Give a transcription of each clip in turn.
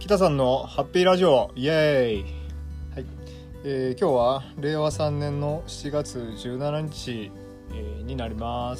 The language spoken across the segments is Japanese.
北さんのハッピーラジオイエーイ、はい。今日は令和3年の7月17日、になります。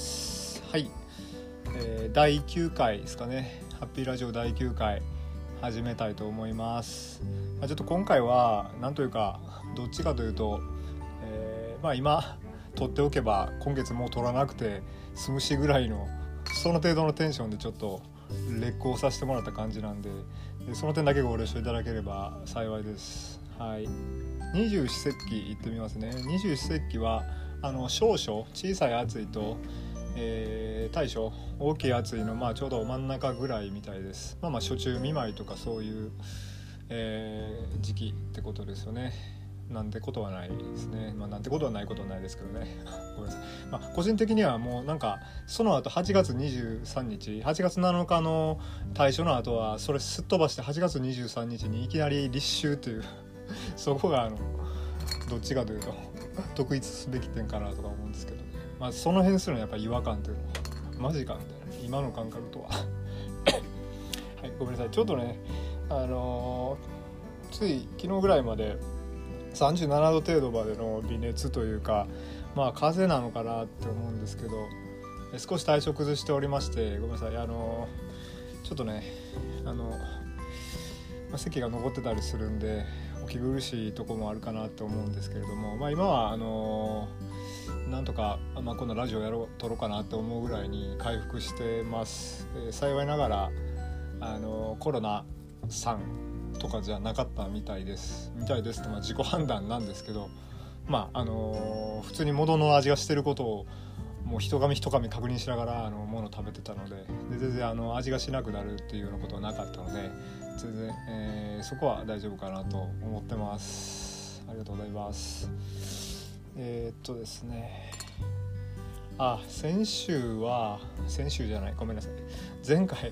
はい、第9回ですかね。ハッピーラジオ第9回始めたいと思います。ちょっと今回はなんというかどっちかというと、今撮っておけば今月もう撮らなくて済むしぐらいのその程度のテンションでちょっと劣行させてもらった感じなんで、その点だけご了承いただければ幸いです。はい。二十四節気いってみますね。二十四節気は小暑、小さい暑いと、大暑、大きい暑いのちょうど真ん中ぐらいみたいです。暑中見舞いとかそういう、時期ってことですよね。なんてことはないですね。なんてことはないことはないですけどね。ごめんなさい。個人的にはもうなんかその後8月23日、8月7日の大暑の後はそれすっ飛ばして8月23日にいきなり立秋というそこがどっちかというと特筆すべき点かなとか思うんですけど、その辺するのはやっぱり違和感というのはマジかみたいな、今の感覚とははい、ごめんなさい。ちょっとねつい昨日ぐらいまで37度程度までの微熱というか、風邪なのかなって思うんですけど、少し体調崩しておりまして、ごめんなさい。ちょっとね咳が残ってたりするんでお気苦しいところもあるかなと思うんですけれども、今はなんとか、このラジオ撮ろうかなと思うぐらいに回復してます。幸いながらコロナ3とかじゃなかったみたいですって自己判断なんですけど、普通に元の味がしてることをもう一噛み一噛み確認しながらものを食べてたので、全然味がしなくなるっていうようなことはなかったので全然、そこは大丈夫かなと思ってます。ありがとうございます。ですね、先週じゃない、ごめんなさい。前回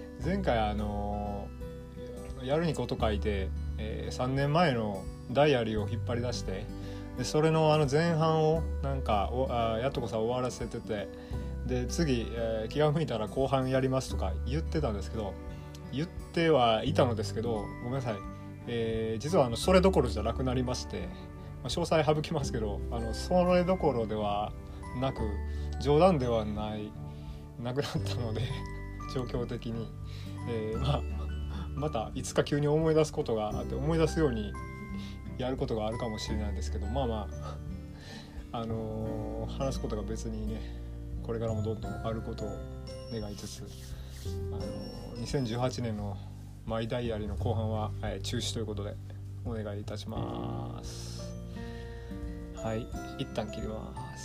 やるにこと書いて、3年前のダイアリーを引っ張り出して、でそれの前半をなんかやっとこさ終わらせてて、で次、気が向いたら後半やりますとか言ってたんですけど、言ってはいたのですけど、ごめんなさい。実はそれどころじゃなくなりまして、詳細省きますけどそれどころではなく冗談ではなくなったので状況的に、またいつか急に思い出すことがあって、思い出すようにやることがあるかもしれないんですけど、話すことが別にねこれからもどんどんあることを願いつつ、2018年のマイダイアリーの後半は、中止ということでお願いいたします。はい、一旦切ります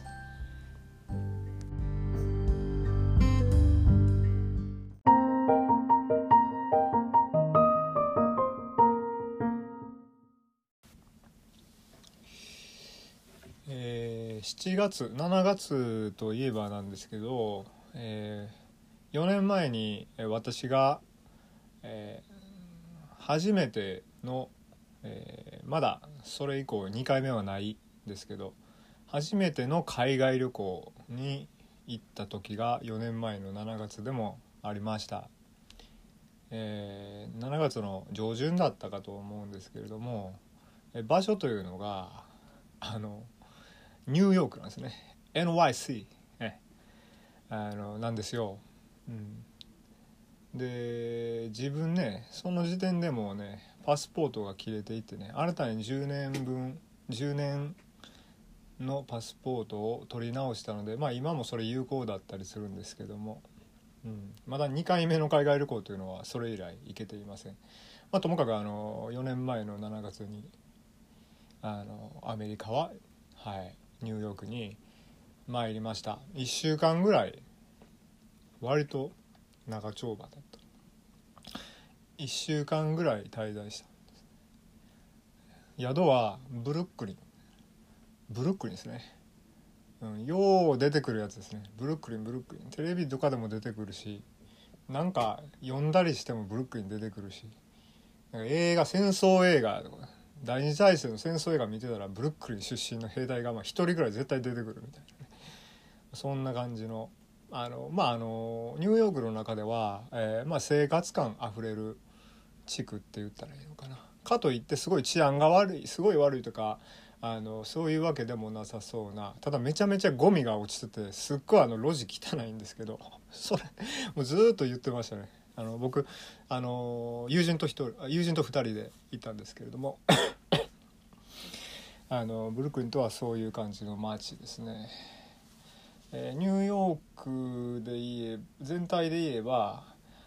。7月7月といえばなんですけど、4年前に私が、初めての、まだそれ以降2回目はないですけど初めての海外旅行に行った時が4年前の7月でもありました。7月の上旬だったかと思うんですけれども、場所というのがニューヨークなんですね。 NYC、なんですよ、で自分ねその時点でもねパスポートが切れていてね、新たに10年のパスポートを取り直したので、今もそれ有効だったりするんですけども、まだ2回目の海外旅行というのはそれ以来行けていません。ともかく4年前の7月にアメリカは、ニューヨークに参りました。1週間ぐらい割と長丁場だった。1週間ぐらい滞在したんです。宿はブルックリンですね、よう出てくるやつですね。ブルックリンテレビとかでも出てくるし、なんか読んだりしてもブルックリン出てくるし、なんか戦争映画とか第二次大戦の戦争映画見てたらブルックリン出身の兵隊が一人ぐらい絶対出てくるみたいなね、そんな感じのニューヨークの中では、生活感あふれる地区って言ったらいいのかな。かといってすごい治安が悪い、すごい悪いとかそういうわけでもなさそうな、ただめちゃめちゃゴミが落ちててすっごい路地汚いんですけど、それもうずっと言ってましたね。僕友人と2人で行ったんですけれどもブルックリンとはそういう感じの街ですね。ニューヨークで全体で言えば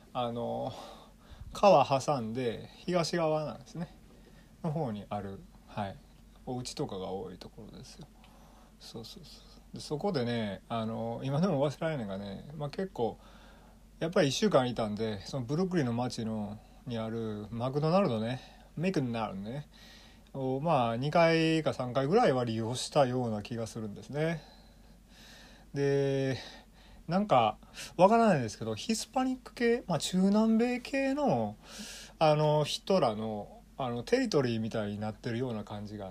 川挟んで東側なんですねの方にある、はい、お家とかが多いところですよ。そうでそこでね今でも忘れられないのがね、結構やっぱり1週間いたんで、そのブルックリンの街にあるマクドナルドね、メクドナルドねを2回か3回ぐらいは利用したような気がするんですね。でなんかわからないですけど、ヒスパニック系、中南米系の人らのテリトリーみたいになってるような感じがあって、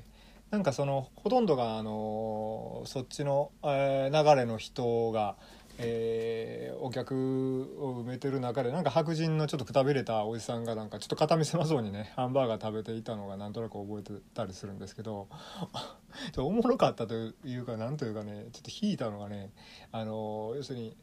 なんかほとんどがそっちの、流れの人が、お客を埋めてる中で、なんか白人のちょっとくたびれたおじさんがなんかちょっと肩身狭そうにねハンバーガー食べていたのがなんとなく覚えてたりするんですけどおもろかったというか、なんというかね、ちょっと引いたのがね、要するに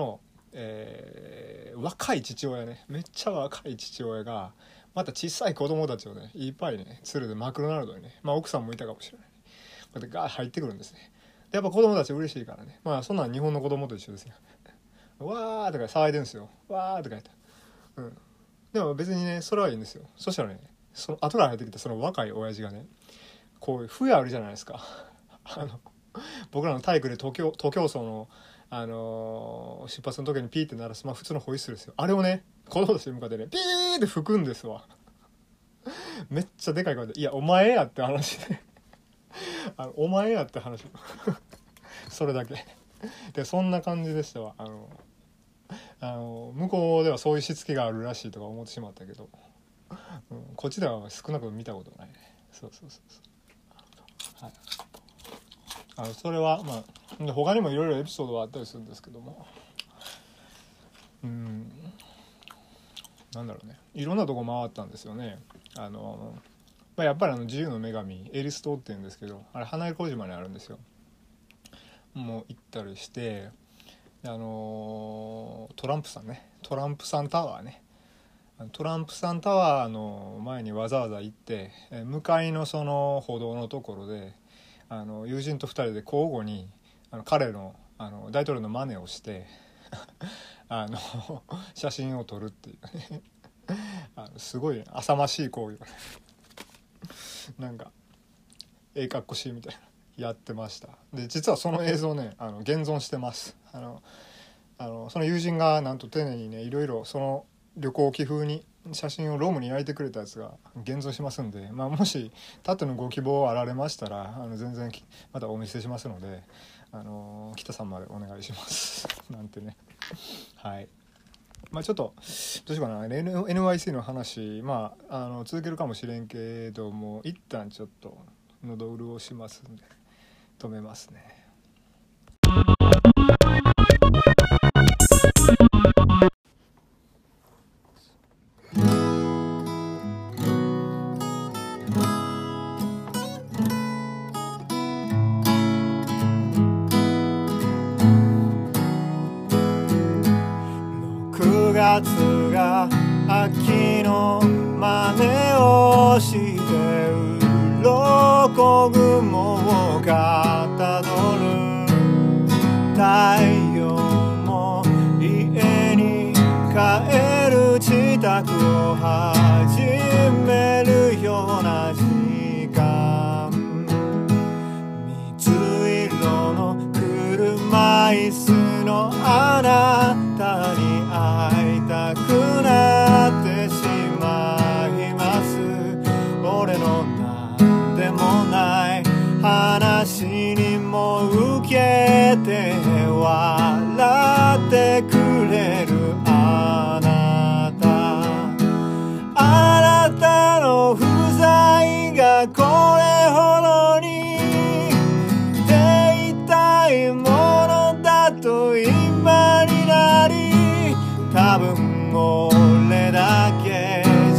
若い父親ね、めっちゃ若い父親がまた小さい子供たちをねいっぱいね連れてマクドナルドにね、奥さんもいたかもしれない、こうやってガーッ入ってくるんですね。でやっぱ子供たち嬉しいからね、そんなん日本の子供と一緒ですよわーとか騒いでるんですよ、わーとか言って、でも別にねそれはいいんですよ。そしたらね、その後から入ってきたその若い親父がね、こういう笛あるじゃないですか僕らの体育で徒競走の出発の時にピーって鳴らす、普通のホイッスルですよ。あれをね子供たちに向かってねピーって吹くんですわめっちゃでかい声で、いやお前やって話でお前やって話それだけで、そんな感じでしたわ。向こうではそういうしつけがあるらしいとか思ってしまったけど、こっちでは少なくとも見たことないね。そう、はい、それは他にもいろいろエピソードはあったりするんですけども、なんだろうね、いろんなとこ回ったんですよね。やっぱり自由の女神エリス島って言うんですけど、あれ花江小島にあるんですよ。もう行ったりして、トランプさんタワーね、トランプさんタワーの前にわざわざ行って、向かいのその歩道のところで友人と2人で交互に彼の大統領の真似をして写真を撮るっていうねすごい浅ましい行為をなんかかっこしいみたいなやってました。で実はその映像ね現存してます。その友人がなんと丁寧にねいろいろその旅行機風に写真をロームに焼いてくれたやつが現存しますんで、もしたってのご希望あられましたら全然またお見せしますので北さんまでお願いしますなんてね。はい、ちょっとどうしようかな、NYC の話続けるかもしれんけども、一旦ちょっと喉潤しますんで止めますね。6月が秋の真似をして鱗雲をかたどる、太陽も家に帰る支度を始めるような時間、水色の車椅子のあなたに会いたくなってしまいます。俺のなんでもない話にも受けて笑ってくれるあなたの不在がこれほどに手痛いものだと今になり、多分俺だけ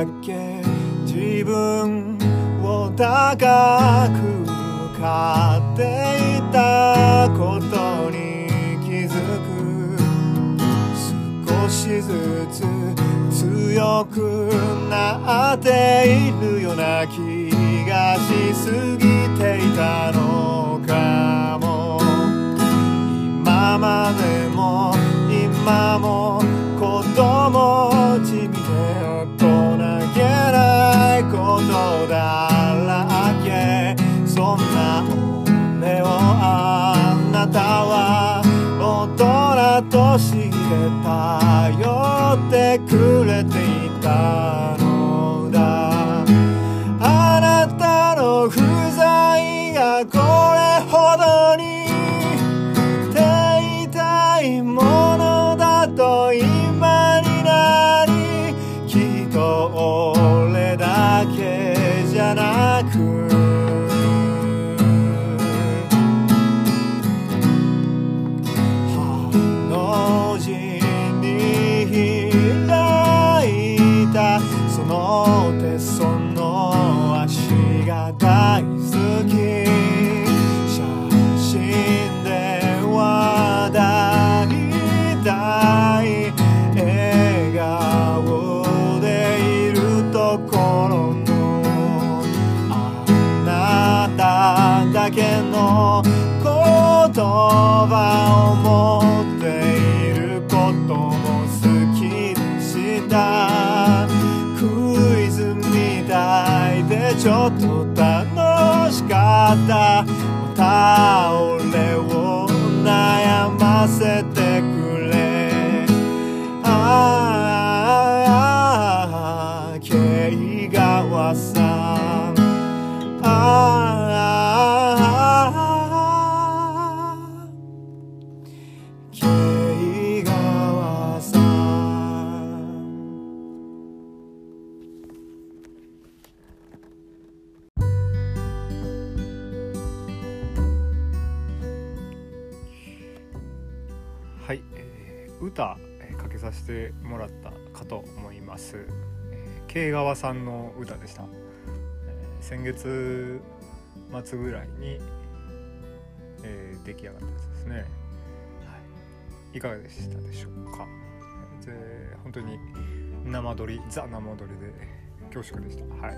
だけ自分を高く向かっていたことに気づく。少しずつ強くなっているような気がしすぎていたのかも。今までも今も子供じみで大人げないことだらけ。そんな俺をあなたは大人として頼ってくれていたのだ。あなたの不在がこれほどに手痛いものだと今になり、きっと俺だけじゃなくハの字に開いたその手その足が大好き。写真では大体笑顔でいるところのあなただけの言葉を持っていることも好きでした。クイズみたいでちょっと楽しかった。また俺を悩ませてくれ。毛川さん、毛川さん。はい、歌、かけさせてもらったかと思います。K川さんの歌でした。先月末ぐらいに、出来上がったやつですね。はい、いかがでしたでしょうか。本当に生撮り、ザ生撮りで恐縮でした。はい。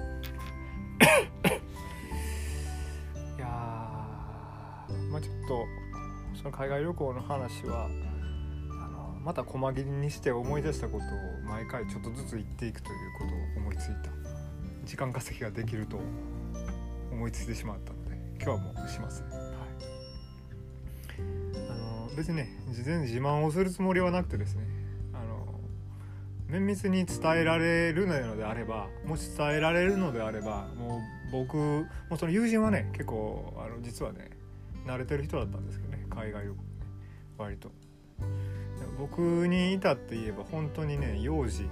いやまあちょっとその海外旅行の話はまた細切りにして思い出したことを毎回ちょっとずつ言っていくということを思いついた。時間稼ぎができると思いついてしまったので今日はもうしますね。はい、別にね事前に自慢をするつもりはなくてですね、綿密に伝えられるのであれば、もし伝えられるのであれば、もう僕もうその友人はね結構実はね慣れてる人だったんですけどね、海外旅行ね割と。僕に至って言えば本当にね幼児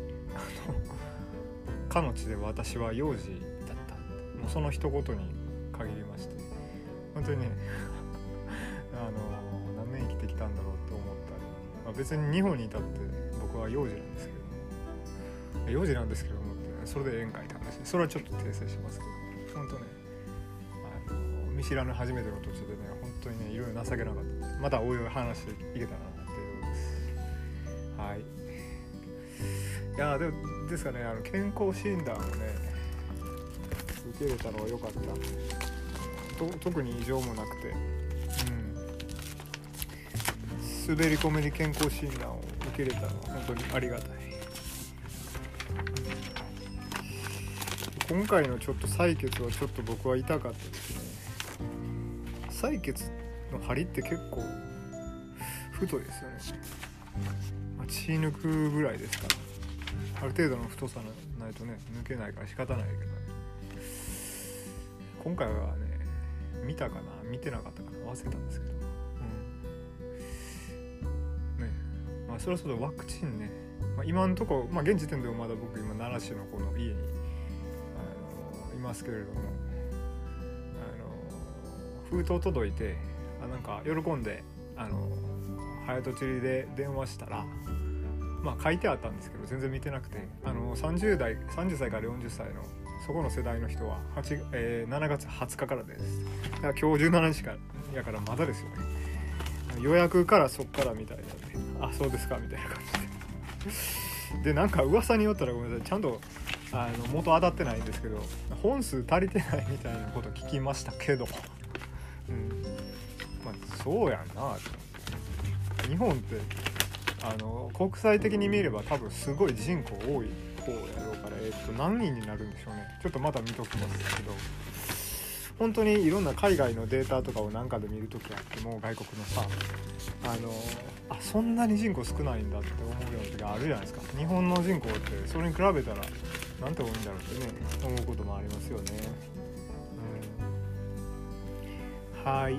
かの地で私は幼児だった。もうその一言に限りまして本当にね何年生きてきたんだろうと思ったり、別に日本に至って僕は幼児なんですけれども、幼児なんですけれどもって、ね、それで宴会って話で、それはちょっと訂正しますけど、本当ね見知らぬ初めての途中でね本当にねいろいろ情けなかったです。またおいおい話していけたらなっていうです。はい。いやですかね、健康診断をね受け入れたのは良かった。特に異常もなくて、滑り込みで健康診断を受け入れたのは本当にありがたい。今回のちょっと採血はちょっと僕は痛かったですね。採血の針って結構太いですよね。血抜くぐらいですから、ある程度の太さないとね抜けないから仕方ないけどね。今回はね見たかな見てなかったかな忘れたんですけど、ね、そろそろワクチンね、今のところ、現時点でもまだ僕今奈良市のこの家にいますけれども、封筒届いてなんか喜んで早とちりで電話したら、 書いてあったんですけど全然見てなくて、30歳から40歳のそこの世代の人は7月20日からです。だから今日17日からやからまだですよね。予約からそっからみたいなんで、あ、そうですかみたいな感じでなんか噂によったらごめんなさい、ちゃんと元当たってないんですけど、本数足りてないみたいなこと聞きましたけどそうやんな。日本って国際的に見れば多分すごい人口多い方やろうから、何人になるんでしょうね。ちょっとまた見ときますけど、本当にいろんな海外のデータとかを何かで見るときあっても、外国のさそんなに人口少ないんだって思うような時があるじゃないですか。日本の人口ってそれに比べたらなんて多いんだろうってね思うこともありますよね。はい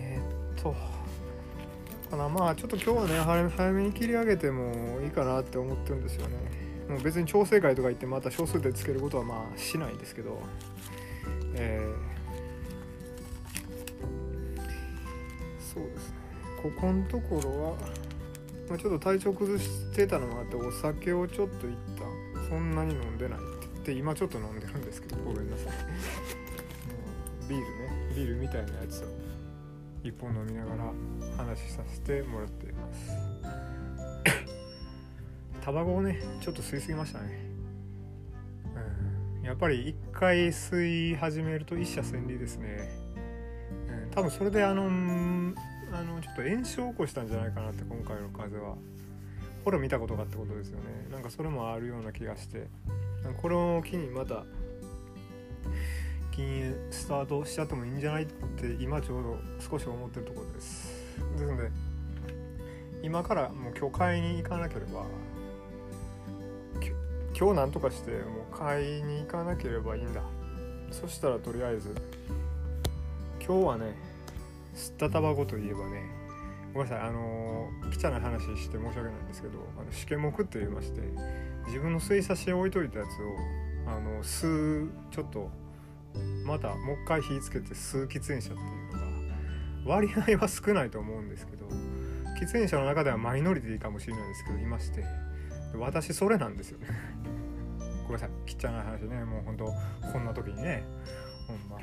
ちょっと今日はね早めに切り上げてもいいかなって思ってるんですよね。もう別に調整会とか言ってまた少数でつけることはしないんですけど、そうですね、ここのところは、ちょっと体調崩してたのもあってお酒をちょっと一旦そんなに飲んでないって言って今ちょっと飲んでるんですけど、ごめんなさいビールみたいなやつを一本飲みながら話させてもらっていますタバコをねちょっと吸いすぎましたね。やっぱり一回吸い始めると一社千里ですね。多分それでちょっと炎症を起こしたんじゃないかなって、今回の風邪はほら見たことがってことですよね。なんかそれもあるような気がして、これを機にまた禁煙スタートしちゃってもいいんじゃないって今ちょうど少し思ってるところです。ですので今からもう今日買いに行かなければ、今日なんとかしてもう買いに行かなければいいんだ。そしたらとりあえず今日はね、吸ったタバコといえばね、ごめんなさい汚い話して申し訳ないんですけど、試験目って言いまして、自分の吸い差し置いといたやつを吸う、ちょっとまたもう一回火つけて吸う喫煙者っていうのが割合は少ないと思うんですけど、喫煙者の中ではマイノリティかもしれないですけどいまして、私それなんですよねごめんなさい、汚い話ね、もう本当こんな時にね、ほんま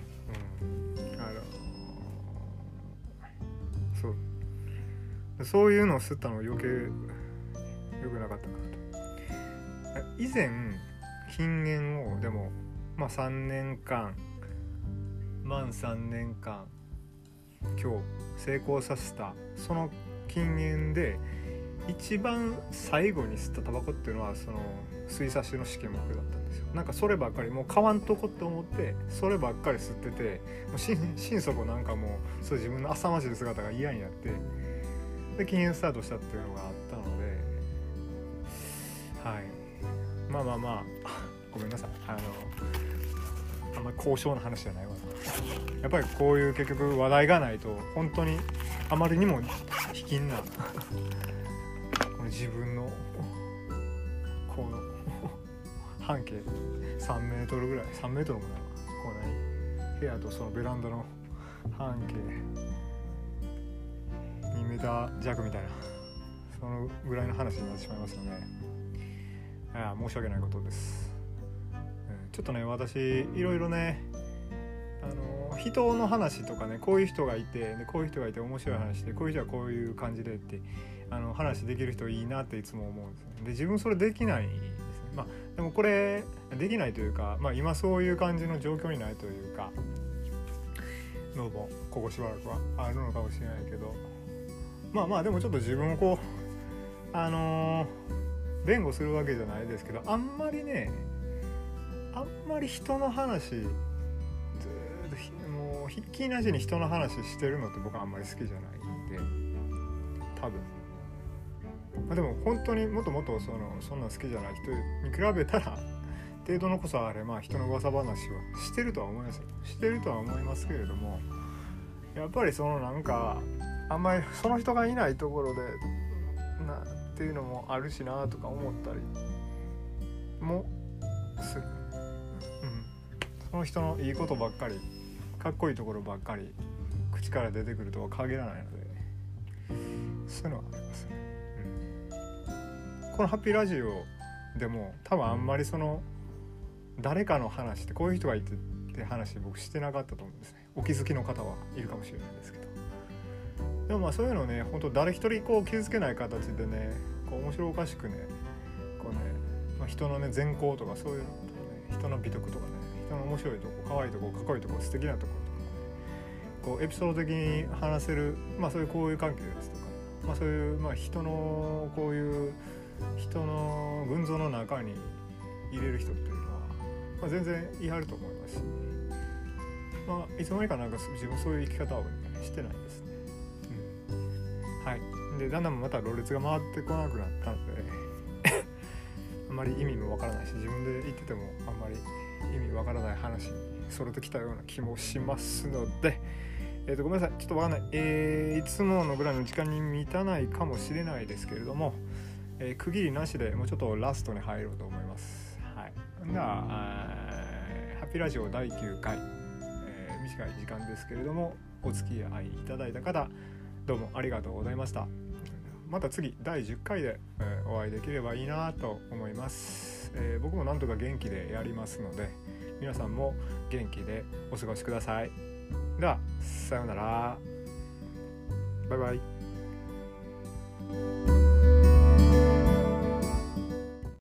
そういうのを吸ったの余計良くなかったかなと。以前禁煙をでも3年間満3年間今日成功させた、その禁煙で一番最後に吸ったタバコっていうのはその吸い差しの試験目だったんですよ。なんかそればっかりもう買わんとこって思ってそればっかり吸ってて、もう心底なんかもうそう自分の浅ましい姿が嫌になって、で禁煙スタートしたっていうのがあったので、ごめんなさい、あんまり高尚な話じゃないわな。やっぱりこういう結局話題がないと本当にあまりにも卑近なこの自分のこの半径3メートルぐらい、3メートルもないわ、こう部屋とそのベランダの半径2メーター弱みたいな、そのぐらいの話になってしまいますよね。申し訳ないことです。ちょっとね、私いろいろね人の話とかね、こういう人がいてでこういう人がいて面白い話でこういう人はこういう感じでって話できる人いいなっていつも思うんですね。で自分それできないですね。でもこれできないというか、今そういう感じの状況にないというか、どうもここしばらくはあるのかもしれないけど、でもちょっと自分をこう弁護するわけじゃないですけど、あんまり人の話ずっともうひっきりなしに人の話してるのって僕はあんまり好きじゃないんで、多分でも本当にもっともっとそんな好きじゃない人に比べたら程度のこそあれ人の噂話はしてるとは思いますよ。してるとは思いますけれども、やっぱりなんかあんまりその人がいないところでっていうのもあるしなとか思ったりもする。その人のいいことばっかり、かっこいいところばっかり口から出てくるとは限らないので、そういうのはありますね。 このハッピーラジオでも多分あんまりその誰かの話ってこういう人がいてって話僕してなかったと思うんですね。お気づきの方はいるかもしれないですけど、でもまあそういうのね、本当誰一人こう傷つけない形でね、こう面白おかしくね、こうね、まあ、人のね善行とかそういうのとかね、人の美徳とかね、人の面白いとこ、可愛いとこ、かっこいいとこ、素敵なところとかね、こうエピソード的に話せる、まあそういう交友関係ですとか、まあそういうまあ人のこういう人の群像の中に入れる人っていうのは、まあ、全然言い張ると思いますし、まあいつの間にかなんか自分そういう生き方を、ね、してないですね。はい。でだんだんまたろれつが回ってこなくなったのであんまり意味もわからないし、自分で言っててもあんまり意味わからない話にそれときたような気もしますので、ごめんなさい、ちょっとわかんない、いつものぐらいの時間に満たないかもしれないですけれども、区切りなしでもうちょっとラストに入ろうと思います。はい。ではハッピーラジオ第9回、短い時間ですけれどもお付き合いいただいた方どうもありがとうございました。また次第10回で、お会いできればいいなと思います。僕もなんとか元気でやりますので、皆さんも元気でお過ごしください。ではさようなら、バイバイ。